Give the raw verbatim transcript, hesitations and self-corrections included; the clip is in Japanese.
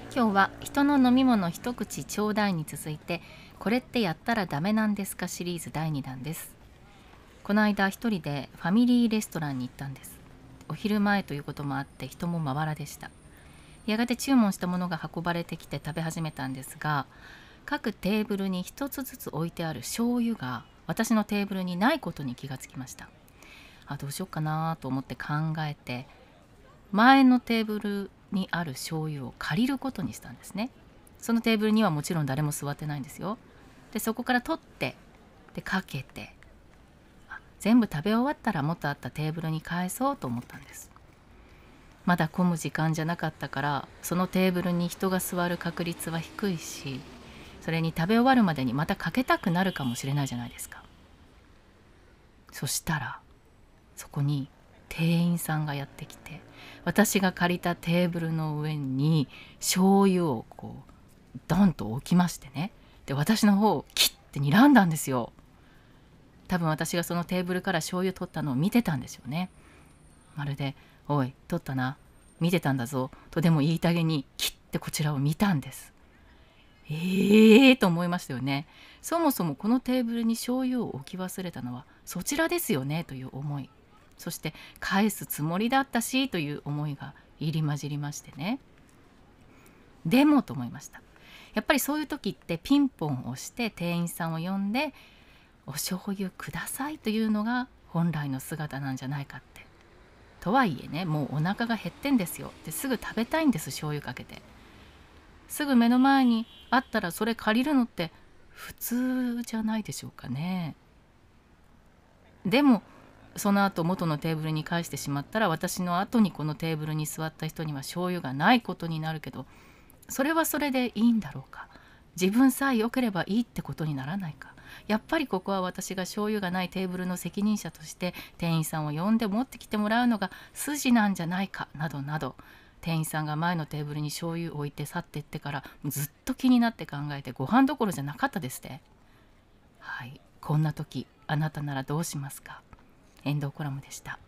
今日は人の飲み物一口ちょうだいに続いて、これってやったらダメなんですかシリーズだいにだんです。この間一人でファミリーレストランに行ったんです。お昼前ということもあって人もまばらでした。やがて注文したものが運ばれてきて食べ始めたんですが、各テーブルに一つずつ置いてある醤油が私のテーブルにないことに気がつきました。あ、どうしようかなと思って考えて、前のテーブルにある醤油を借りることにしたんですね。そのテーブルにはもちろん誰も座ってないんですよ。でそこから取ってでかけて、あ、全部食べ終わったら元あったテーブルに返そうと思ったんです。まだ混む時間じゃなかったから、そのテーブルに人が座る確率は低いし、それに食べ終わるまでにまたかけたくなるかもしれないじゃないですか。そしたらそこに店員さんがやってきて、私が借りたテーブルの上に醤油をこうドンと置きましてね。で私の方をキッて睨んだんですよ。多分私がそのテーブルから醤油取ったのを見てたんですよね。まるで「おい取ったな、見てたんだぞ」とでも言いたげにキッてこちらを見たんです。ええー、と思いましたよね。そもそもこのテーブルに醤油を置き忘れたのはそちらですよねという思い、そして返すつもりだったしという思いが入り混じりましてね。でもと思いました。やっぱりそういう時ってピンポンを押して店員さんを呼んでお醤油くださいというのが本来の姿なんじゃないかって。とはいえね、もうお腹が減ってんですよ。ですぐ食べたいんです、醤油かけて。すぐ目の前にあったらそれ借りるのって普通じゃないでしょうかね。でもその後元のテーブルに返してしまったら、私の後にこのテーブルに座った人には醤油がないことになるけど、それはそれでいいんだろうか。自分さえ良ければいいってことにならないか。やっぱりここは私が醤油がないテーブルの責任者として店員さんを呼んで持ってきてもらうのが筋なんじゃないかなどなど、店員さんが前のテーブルに醤油を置いて去っていってからずっと気になって考えて、ご飯どころじゃなかったですね。はい、こんな時あなたならどうしますか。遠藤コラムでした。